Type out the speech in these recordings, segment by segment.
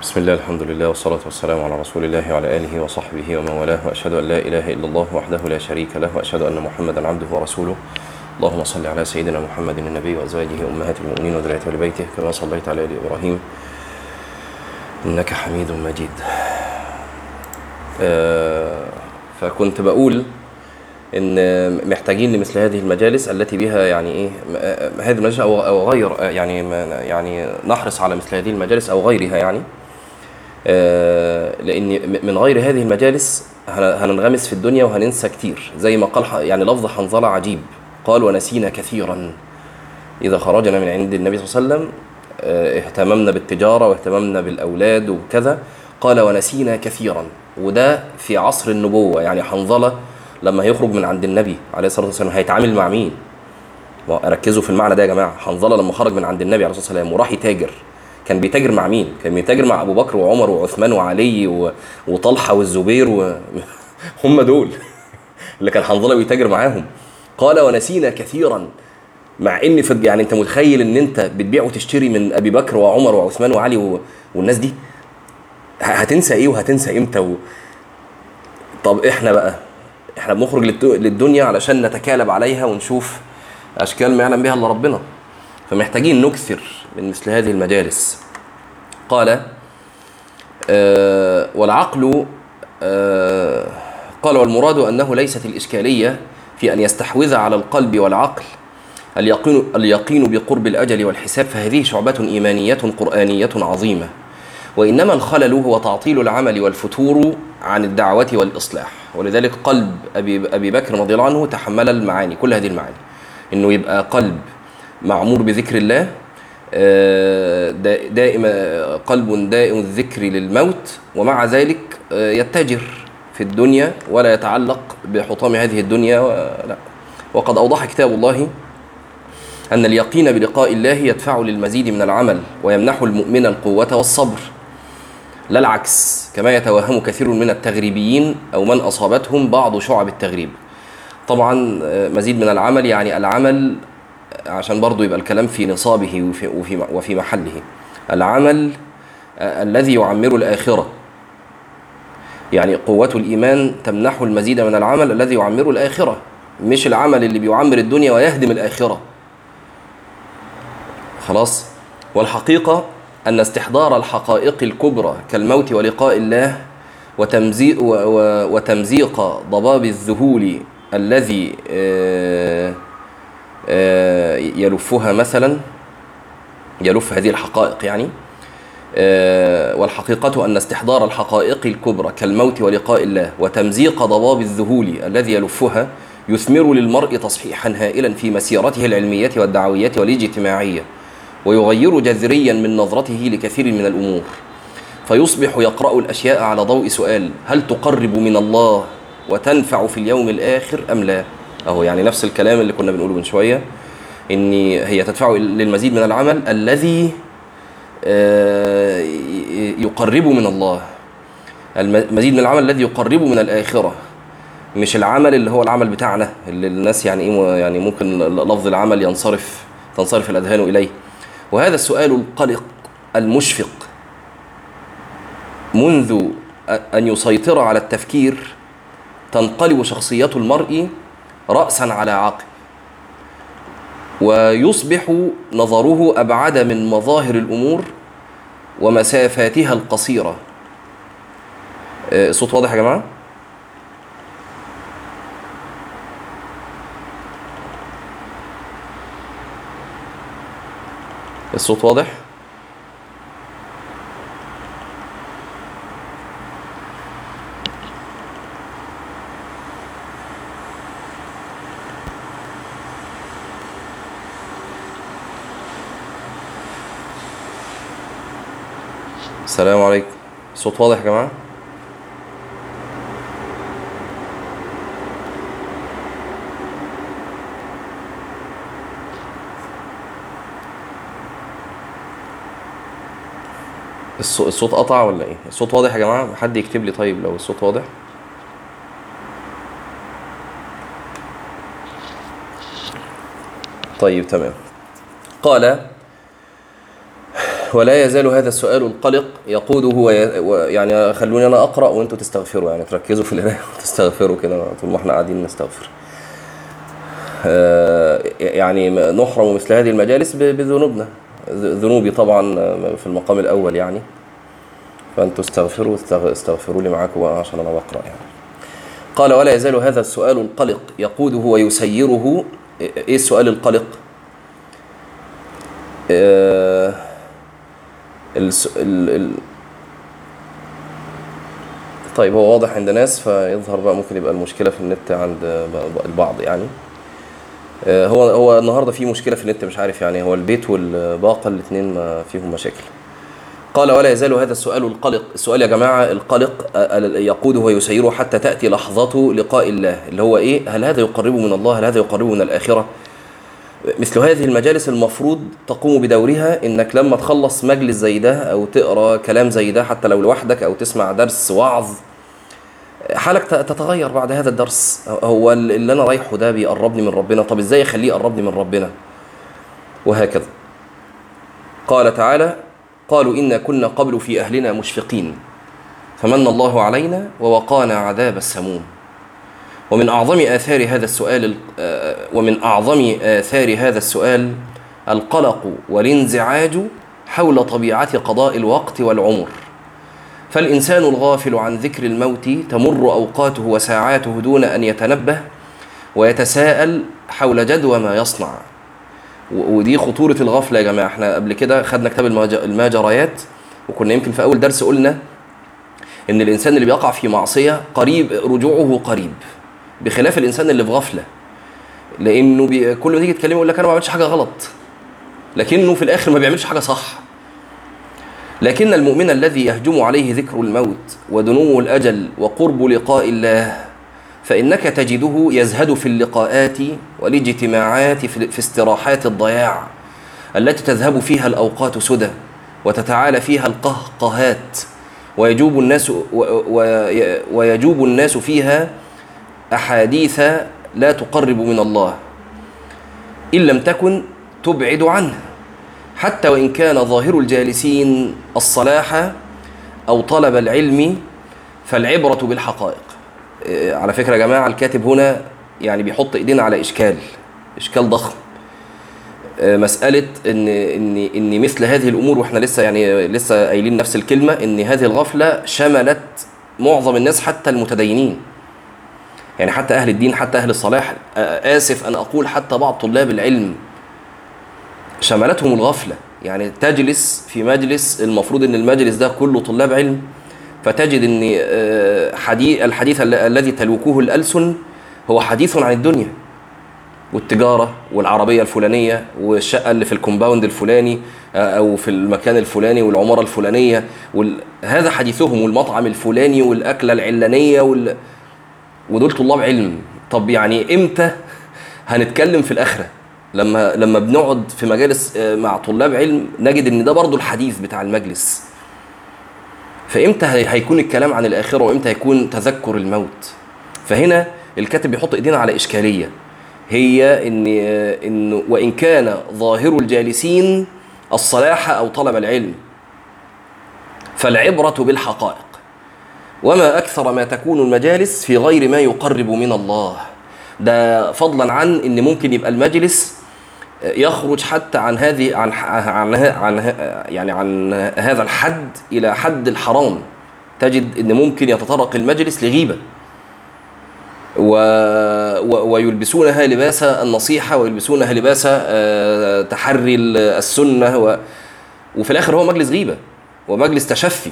بسم الله، الحمد لله، والصلاة والسلام على رسول الله وعلى آله وصحبه ومن والاه، وأشهد أن لا إله إلا الله وحده لا شريك له، وأشهد أن محمدا عبده ورسوله. اللهم صل على سيدنا محمد النبي وأزواجه أمهات المؤمنين وذريته آل بيته كما صليت على آل إبراهيم إنك حميد مجيد. فكنت بقول إن محتاجين لمثل هذه المجالس التي بها يعني هذه المجالس أو غير، يعني نحرص على مثل هذه المجالس أو غيرها، يعني لأن من غير هذه المجالس هننغمس في الدنيا وهننسى كتير، زي ما قال يعني لفظ حنظلة عجيب، قال: ونسينا كثيرا. إذا خرجنا من عند النبي صلى الله عليه وسلم اهتممنا بالتجارة واهتممنا بالأولاد وكذا، قال: ونسينا كثيرا. وده في عصر النبوة، يعني حنظلة لما هيخرج من عند النبي عليه الصلاة والسلام هيتعامل مع مين؟ ركزوا في المعنى ده يا جماعة. حنظلة لما خرج من عند النبي عليه الصلاة والسلام وراح يتاجر، كان بيتاجر مع مين؟ كان بيتاجر مع أبو بكر وعمر وعثمان وعلي وطلحة والزبير هم دول اللي كان حنظلة بيتاجر معاهم. قال: ونسينا كثيرا. مع ان يعني انت متخيل ان انت بتبيع وتشتري من ابي بكر وعمر وعثمان وعلي والناس دي، هتنسى ايه وهتنسى امتى طب احنا بنخرج للدنيا علشان نتكالب عليها ونشوف اشكال ما يعلم بها الا ربنا، فمحتاجين نكثر من مثل هذه المجالس. قال: والعقل قال: والمراد أنه ليست الإشكالية في أن يستحوذ على القلب والعقل اليقين بقرب الأجل والحساب، فهذه شعبة إيمانية قرآنية عظيمة، وإنما الخلل هو تعطيل العمل والفتور عن الدعوة والإصلاح. ولذلك قلب أبي بكر رضي الله عنه تحمل المعاني، كل هذه المعاني، إنه يبقى قلب معمور بذكر الله، دائما قلب دائم الذكر للموت، ومع ذلك يتجر في الدنيا ولا يتعلق بحطام هذه الدنيا. لا. وقد أوضح كتاب الله أن اليقين بلقاء الله يدفع للمزيد من العمل ويمنح المؤمن القوة والصبر، لا العكس كما يتوهم كثير من التغريبيين أو من أصابتهم بعض شعب التغريب. طبعا مزيد من العمل يعني العمل، عشان برضو يبقى الكلام في نصابه وفي محله، العمل الذي يعمر الآخرة، يعني قوة الإيمان تمنح المزيد من العمل الذي يعمر الآخرة، مش العمل اللي بيعمر الدنيا ويهدم الآخرة. خلاص. والحقيقة أن استحضار الحقائق الكبرى كالموت ولقاء الله وتمزيق ضباب الذهول الذي يلفها، مثلا يلف هذه الحقائق يعني. والحقيقة أن استحضار الحقائق الكبرى كالموت ولقاء الله وتمزيق ضباب الذهول الذي يلفها يثمر للمرء تصحيحا هائلا في مسيرته العلمية والدعوية والاجتماعية، ويغير جذريا من نظرته لكثير من الأمور، فيصبح يقرأ الأشياء على ضوء سؤال: هل تقرب من الله وتنفع في اليوم الآخر أم لا؟ أهو يعني نفس الكلام اللي كنا بنقوله من شوية، إن هي تدفع للمزيد من العمل الذي يقرب من الله، المزيد من العمل الذي يقرب من الآخرة، مش العمل اللي هو العمل بتاعنا اللي الناس يعني ممكن لفظ العمل تنصرف الأذهان إليه. وهذا السؤال القلق المشفق منذ أن يسيطر على التفكير تنقلب شخصية المرء رأسا على عقب، ويصبح نظره أبعد من مظاهر الأمور ومسافاتها القصيرة. الصوت واضح يا جماعة؟ الصوت واضح؟ السلام عليكم. الصوت واضح يا جماعة؟ الصوت قطع ولا ايه؟ الصوت واضح يا جماعة؟ حد يكتب لي طيب لو الصوت واضح. طيب تمام. قال: ولا يزال هذا السؤال القلق يقوده يعني خلوني أنا أقرأ وأنتوا تستغفروا، يعني تركزوا في القراءة وتستغفروا كده طول ما احنا قاعدين نستغفر. يعني نحرم مثل هذه المجالس بذنوبنا، ذنوبي طبعا في المقام الأول يعني، فأنتوا استغفروا لي معاكم عشان أنا بقرأ يعني. قال ولا يزال هذا السؤال القلق يقوده ويسيره. إيه السؤال القلق؟ طيب هو واضح عند ناس فيظهر بقى، ممكن يبقى المشكلة في النت عند البعض يعني. هو النهاردة في مشكلة في النت، مش عارف يعني، هو البيت والباقة الاثنين ما فيهم مشاكل. قال ولا يزال هذا السؤال القلق. السؤال يا جماعة القلق يقوده ويسيره حتى تأتي لحظة لقاء الله، اللي هو إيه؟ هل هذا يقربه من الله؟ هل هذا يقربه من الآخرة؟ مثل هذه المجالس المفروض تقوم بدورها، إنك لما تخلص مجلس زي ده أو تقرأ كلام زي ده حتى لو لوحدك أو تسمع درس وعظ، حالك تتغير بعد هذا الدرس. هو اللي أنا رايحه ده بيقربني من ربنا، طب إزاي يخليه يقربني من ربنا؟ وهكذا. قال تعالى قالوا إنا كنا قبل في أهلنا مشفقين فمن الله علينا ووقانا عذاب السموم. ومن أعظم آثار هذا السؤال القلق والانزعاج حول طبيعة قضاء الوقت والعمر. فالإنسان الغافل عن ذكر الموت تمر أوقاته وساعاته دون أن يتنبه ويتساءل حول جدوى ما يصنع. ودي خطورة الغفلة يا جماعة. احنا قبل كده خدنا كتاب الماجريات، وكنا يمكن في أول درس قلنا إن الإنسان اللي بيقع في معصية قريب رجوعه قريب، بخلاف الإنسان اللي في غفلة، لأنه كل ما تيجي تكلمه يقول لك أنا ما بعملش حاجة غلط، لكنه في الآخر ما بيعملش حاجة صح. لكن المؤمن الذي يهجم عليه ذكر الموت ودنو الأجل وقرب لقاء الله، فإنك تجده يزهد في اللقاءات والاجتماعات في استراحات الضياع التي تذهب فيها الأوقات سدى وتتعالى فيها القهقهات، ويجوب الناس فيها أحاديث لا تقرب من الله إن لم تكن تبعد عنه، حتى وإن كان ظاهر الجالسين الصلاح أو طلب العلم، فالعبرة بالحقائق. على فكرة يا جماعة الكاتب هنا يعني بيحط إيدينا على إشكال ضخم، مسألة إن مثل هذه الأمور، وإحنا لسه قايلين نفس الكلمة، إن هذه الغفلة شملت معظم الناس حتى المتدينين، يعني حتى أهل الدين، حتى أهل الصلاح، آسف أن أقول حتى بعض طلاب العلم شملتهم الغفلة. يعني تجلس في مجلس المفروض إن المجلس ده كله طلاب علم، فتجد إن الحديث الذي تلوكه الألسن هو حديث عن الدنيا والتجارة والعربية الفلانية والشقة اللي في الكومباوند الفلاني أو في المكان الفلاني والعمارة الفلانية، هذا حديثهم، والمطعم الفلاني والأكلة العلانية ودول طلاب علم. طب يعني إمتى هنتكلم في الآخرة؟ لما بنقعد في مجالس مع طلاب علم نجد إن ده برضو الحديث بتاع المجلس. فإمتى هيكون الكلام عن الآخرة وإمتى هيكون تذكر الموت؟ فهنا الكاتب بيحط إيدينا على إشكالية، هي إن وإن كان ظاهر الجالسين الصلاح أو طلب العلم، فالعبرة بالحقائق. وما أكثر ما تكون المجالس في غير ما يقرب من الله، ده فضلا عن إن ممكن يبقى المجلس يخرج حتى عن هذا الحد إلى حد الحرام. تجد إن ممكن يتطرق المجلس لغيبة، ويلبسونها لباس النصيحة ويلبسونها لباس تحري السنة، وفي الآخر هو مجلس غيبة ومجلس تشفي.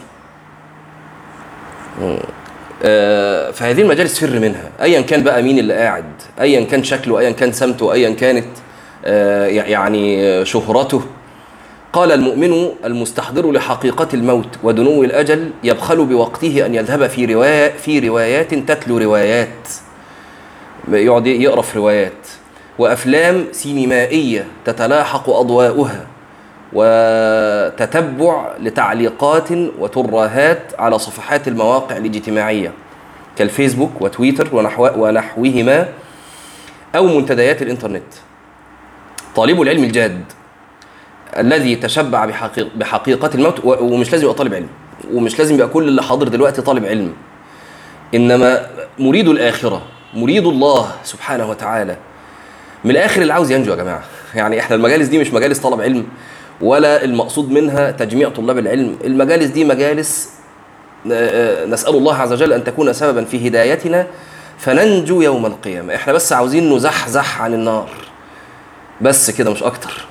فهذه المجالس فر منها، أيا كان بقى مين اللي قاعد، أيا كان شكله، أيا كان سمته، أيا كانت يعني شهرته. قال المؤمن المستحضر لحقيقة الموت ودنو الأجل يبخل بوقته أن يذهب في روايات تتلو روايات، يقعد يقرأ في روايات وأفلام سينمائية تتلاحق أضواؤها، وتتبع لتعليقات وترهات على صفحات المواقع الاجتماعية كالفيسبوك وتويتر ونحوهما أو منتديات الإنترنت. طالب العلم الجاد الذي تشبع بحقيقة الموت، ومش لازم يبقى طالب علم، ومش لازم يبقى كل اللي حاضر دلوقتي طالب علم، إنما مريد الآخرة، مريد الله سبحانه وتعالى، من الآخر اللي عاوز ينجو يا جماعة. يعني إحنا المجالس دي مش مجالس طلب علم، ولا المقصود منها تجميع طلاب العلم. المجالس دي مجالس نسأل الله عز وجل أن تكون سببا في هدايتنا فننجو يوم القيامة. إحنا بس عاوزين نزحزح عن النار بس كده، مش أكتر.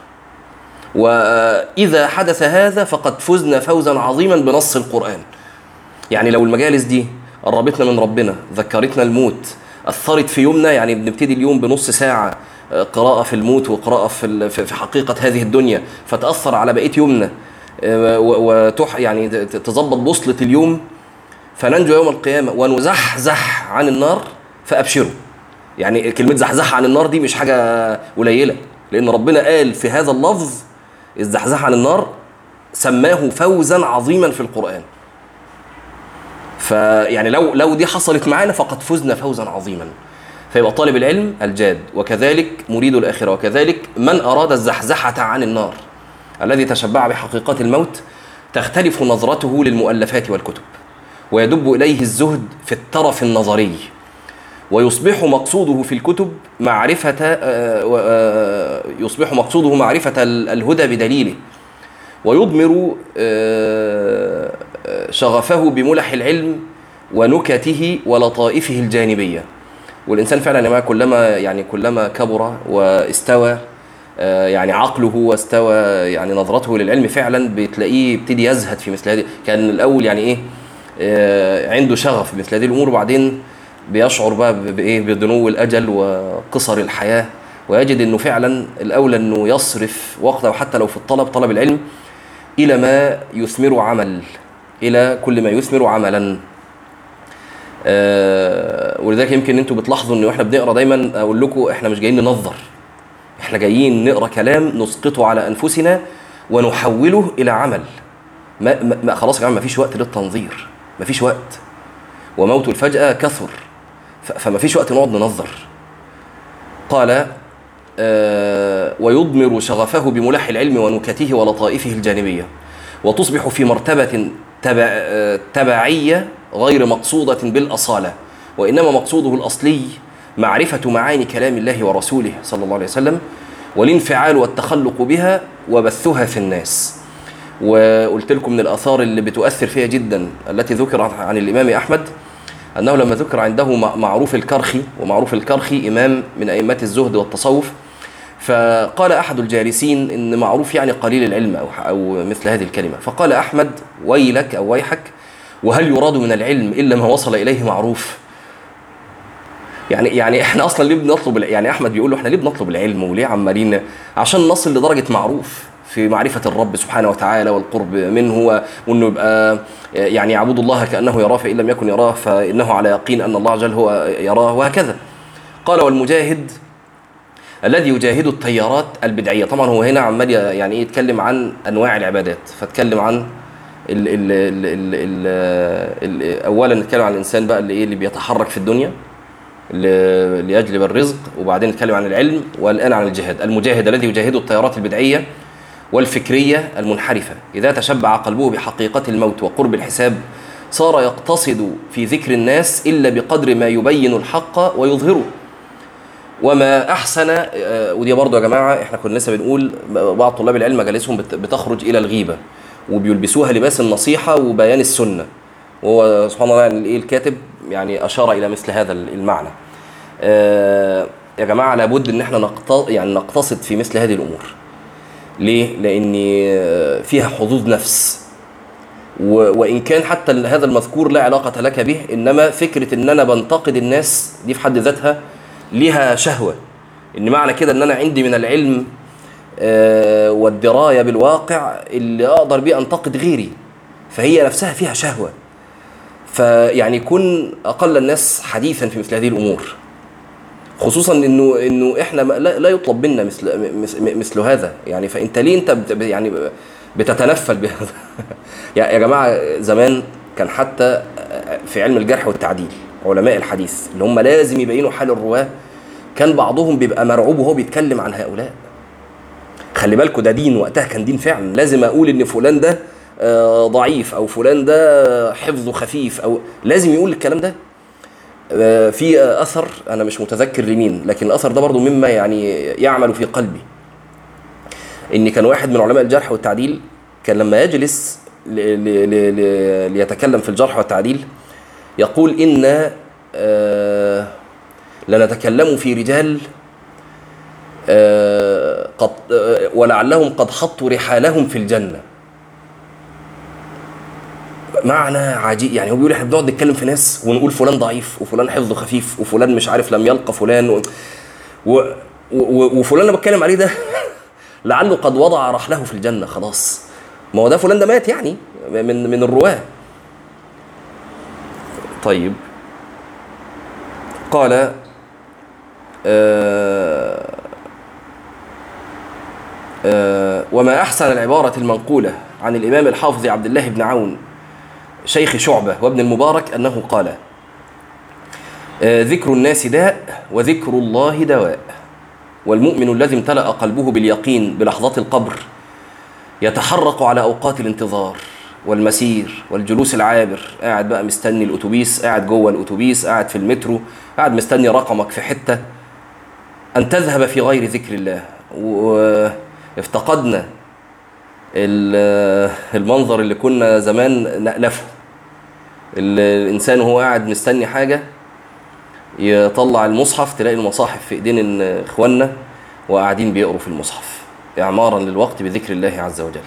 وإذا حدث هذا فقد فزنا فوزا عظيما بنص القرآن. يعني لو المجالس دي قربتنا من ربنا، ذكرتنا الموت، أثرت في يومنا، يعني بنبتدي اليوم بنص ساعة قراءة في الموت وقراءة في حقيقة هذه الدنيا، فتأثر على بقية يومنا يعني تظبط بوصلة اليوم، فننجو يوم القيامة ونزحزح عن النار، فأبشروا. يعني كلمة زحزح عن النار دي مش حاجة قليلة، لأن ربنا قال في هذا اللفظ الزحزح عن النار سماه فوزا عظيما في القرآن. فيعني لو دي حصلت معانا فقد فزنا فوزا عظيما. فيبقى طالب العلم الجاد، وكذلك مريد الآخرة، وكذلك من أراد الزحزحة عن النار الذي تشبع بحقيقة الموت، تختلف نظرته للمؤلفات والكتب، ويدب إليه الزهد في الترف النظري، ويصبح مقصوده في الكتب معرفة الهدى بدليله، ويضمر شغفه بملح العلم ونكته ولطائفه الجانبية. والإنسان فعلا يا جماعة كلما كبر واستوى يعني عقله واستوى يعني نظرته للعلم، فعلا بتلاقيه يبتدي يزهد في مثل هذه. كان الأول يعني عنده شغف بمثل هذه الأمور، وبعدين بيشعر بقى بدنو الأجل وقصر الحياة، ويجد أنه فعلا الأولى أنه يصرف وقته حتى لو في طلب العلم إلى ما يثمر عمل، إلى كل ما يثمر عملا. ولذلك يمكن أنتم بتلاحظوا أنه إحنا بنقرأ دايما، أقول لكم إحنا مش جايين ننظر، إحنا جايين نقرأ كلام نسقطه على أنفسنا ونحوله إلى عمل. خلاص يا جماعة، ما فيش وقت للتنظير، ما فيش وقت، وموت الفجأة كثر، فما فيش وقت نقعد ننظر. قال ويضمر شغفه بملح العلم ونكته ولطائفه الجانبية، وتصبح في مرتبة تبعية غير مقصودة بالأصالة، وإنما مقصوده الأصلي معرفة معاني كلام الله ورسوله صلى الله عليه وسلم، والانفعال والتخلق بها وبثها في الناس. وقلت لكم من الآثار اللي بتؤثر فيها جدا التي ذكرت عن الإمام أحمد، أنه لما ذكر عنده معروف الكرخي، ومعروف الكرخي إمام من أئمة الزهد والتصوف، فقال أحد الجالسين إن معروف يعني قليل العلم أو مثل هذه الكلمة، فقال أحمد ويلك أو ويحك، وهل يراد من العلم إلا ما وصل إليه معروف؟ يعني إحنا أصلا ليه بنطلب؟ يعني أحمد بيقول له إحنا ليه بنطلب العلم وليه عمالين؟ عشان نصل لدرجة معروف في معرفة الرب سبحانه وتعالى والقرب منه، وأنه يبقى يعني يعبد الله كأنه يراه، فإن لم يكن يراه فإنه على يقين أن الله جل هو يراه، وهكذا. قال والمجاهد الذي يجاهد التيارات البدعية. طبعا هو هنا عمال يعني يتكلم عن أنواع العبادات، فاتكلم عن أولا نتكلم عن الإنسان بقى اللي بيتحرك في الدنيا ليجلب الرزق، وبعدين نتكلم عن العلم، والآن عن الجهاد. المجاهد الذي يجاهد التيارات البدعية والفكرية المنحرفة، إذا تشبع قلبه بحقيقة الموت وقرب الحساب صار يقتصد في ذكر الناس إلا بقدر ما يبين الحق ويظهره. وما أحسن، ودي برضو يا جماعة إحنا كنا لسه بنقول بعض طلاب العلم مجالسهم بتخرج إلى الغيبة، وبيلبسوها لباس النصيحة وبيان السنة، وهو سبحان الله يعني الكاتب يعني أشار إلى مثل هذا المعنى. يا جماعة لابد إن إحنا نقتصد في مثل هذه الأمور. ليه؟ لأن فيها حظوظ نفس، وإن كان حتى هذا المذكور لا علاقة لك به، إنما فكرة إن أنا بنتقد الناس دي في حد ذاتها لها شهوة، إن معنى كده إن أنا عندي من العلم والدراية بالواقع اللي أقدر بيه أنتقد غيري، فهي نفسها فيها شهوة. فيعني كن أقل الناس حديثا في مثل هذه الأمور، خصوصا إنه إحنا لا يطلب منا مثل هذا. يعني فأنت ليه أنت يعني بتتنفل بهذا؟ يا جماعة زمان كان حتى في علم الجرح والتعديل علماء الحديث اللي هم لازم يبينوا حال الرواة، كان بعضهم بيبقى مرعوب وهو بيتكلم عن هؤلاء، خلي بالكوا ده دين، وقتها كان دين فعلا. لازم اقول ان فلان ده ضعيف، او فلان ده حفظه خفيف، او لازم يقول الكلام ده. في اثر انا مش متذكر لمين، لكن الاثر ده برضو مما يعني يعمل في قلبي، ان كان واحد من علماء الجرح والتعديل كان لما يجلس ليتكلم في الجرح والتعديل يقول إن لنتكلم في رجال قد ولعلهم قد حطوا رحالهم في الجنة. معنى عجيب يعني. هو بيقول احنا بنقعد نتكلم في ناس ونقول فلان ضعيف وفلان حفظه خفيف وفلان مش عارف لم يلقى فلان وفلان اللي بتكلم عليه ده لعله قد وضع رحله في الجنة خلاص. ما هو ده فلان ده مات يعني من الرواة. طيب قال وما أحسن العبارة المنقولة عن الإمام الحافظ عبد الله بن عون شيخ شعبة وابن المبارك أنه قال: ذكر الناس داء وذكر الله دواء، والمؤمن الذي امتلأ قلبه باليقين بلحظات القبر يتحرق على أوقات الانتظار والمسير والجلوس العابر، قاعد بقى مستني الأتوبيس، قاعد جوه الأتوبيس، قاعد في المترو، قاعد مستني رقمك في حتة، أن تذهب في غير ذكر الله. وافتقدنا المنظر اللي كنا زمان نألفه، الإنسان وهو قاعد مستني حاجة يطلع المصحف، تلاقي المصاحف في إيدين إخواننا وقاعدين بيقروا في المصحف إعمارا للوقت بذكر الله عز وجل.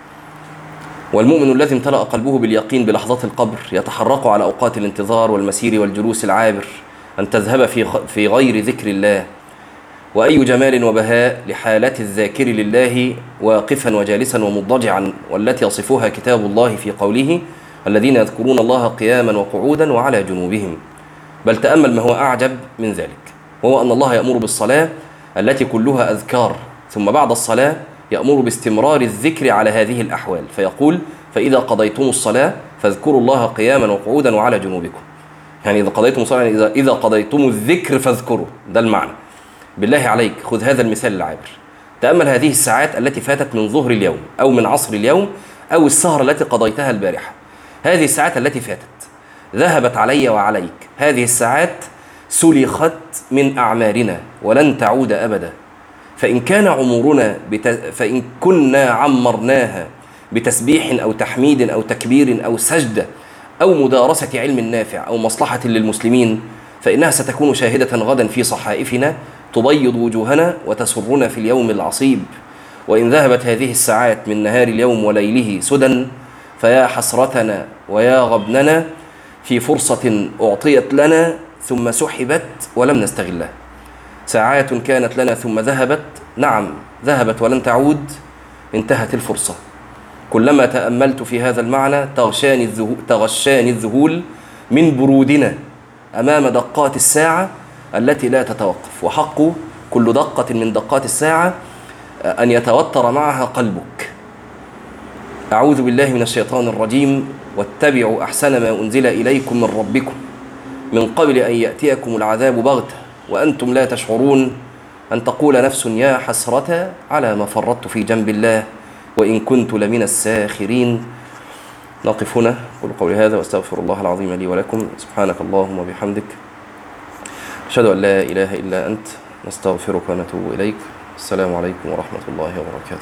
والمؤمن الذي امتلأ قلبه باليقين بلحظات القبر يتحرق على أوقات الانتظار والمسير والجلوس العابر أن تذهب في غير ذكر الله. وأي جمال وبهاء لحالة الذاكر لله واقفا وجالسا ومضجعا، والتي يصفها كتاب الله في قوله: الذين يذكرون الله قياما وقعودا وعلى جنوبهم. بل تأمل ما هو أعجب من ذلك، وهو أن الله يأمر بالصلاة التي كلها أذكار، ثم بعد الصلاة يأمر باستمرار الذكر على هذه الأحوال، فيقول: فإذا قضيتم الصلاة فاذكروا الله قياما وقعودا وعلى جنوبكم. يعني إذا قضيتم الصلاة، يعني إذا قضيتم الذكر فاذكروا، ده المعنى. بالله عليك خذ هذا المثال العابر، تأمل هذه الساعات التي فاتت من ظهر اليوم أو من عصر اليوم أو السهرة التي قضيتها البارحة. هذه الساعات التي فاتت ذهبت علي وعليك، هذه الساعات سلخت من أعمارنا ولن تعود أبدا. فإن كان عمرنا فإن كنا عمرناها بتسبيح أو تحميد أو تكبير أو سجدة أو مدارسة علم نافع أو مصلحة للمسلمين، فإنها ستكون شاهدة غدا في صحائفنا تبيض وجوهنا وتسرنا في اليوم العصيب. وإن ذهبت هذه الساعات من نهار اليوم وليله سدى، فيا حسرتنا ويا غبننا في فرصة أعطيت لنا ثم سحبت ولم نستغلها. ساعات كانت لنا ثم ذهبت، نعم ذهبت ولن انتهت الفرصة. كلما تأملت في هذا المعنى تغشاني الذهول من برودنا أمام دقات الساعة التي لا تتوقف، وحق كل دقة من دقات الساعة أن يتوتر معها قلبك. أعوذ بالله من الشيطان الرجيم. واتبعوا أحسن ما أنزل إليكم من ربكم من قبل أن يأتيكم العذاب بغتة وأنتم لا تشعرون، أن تقول نفس يا حسرة على ما فرطت في جنب الله وإن كنت لمن الساخرين. نقف هنا، أقول قولي هذا وأستغفر الله العظيم لي ولكم. سبحانك اللهم وبحمدك، أشهد أن لا إله إلا أنت، نستغفرك ونتوب إليك. السلام عليكم ورحمة الله وبركاته.